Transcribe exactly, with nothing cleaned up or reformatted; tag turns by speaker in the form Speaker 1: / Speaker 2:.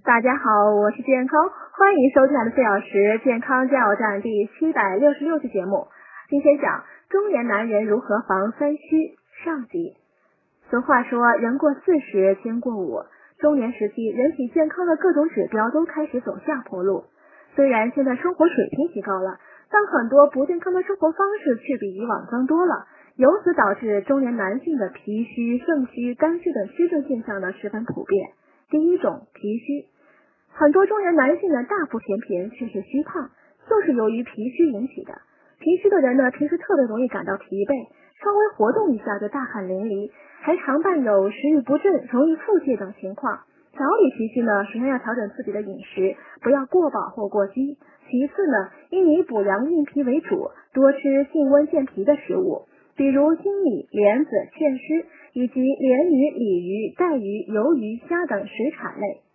Speaker 1: 大家好，我是健康，欢迎收听我的四小时健康加油站第七百六十六期节目。今天讲中年男人如何防三虚上集。俗话说人过四十天过五，中年时期人体健康的各种指标都开始走下坡路。虽然现在生活水平提高了，但很多不健康的生活方式却比以往增多了，由此导致中年男性的脾虚、肾虚、肝虚等虚症现象呢十分普遍。第一种，脾虚。很多中年男性的大腹便便却是虚胖，就是由于脾虚引起的。脾虚的人呢，平时特别容易感到疲惫，稍微活动一下就大汗淋漓，还常伴有食欲不振、容易腹泻等情况。调理脾虚呢，首先要调整自己的饮食，不要过饱或过饥。其次呢，应以补阳运脾为主，多吃性温健脾的食物，比如金米、莲子、芡实以及鲢鱼、鲤鱼、带鱼、鱿鱼、虾等食产类。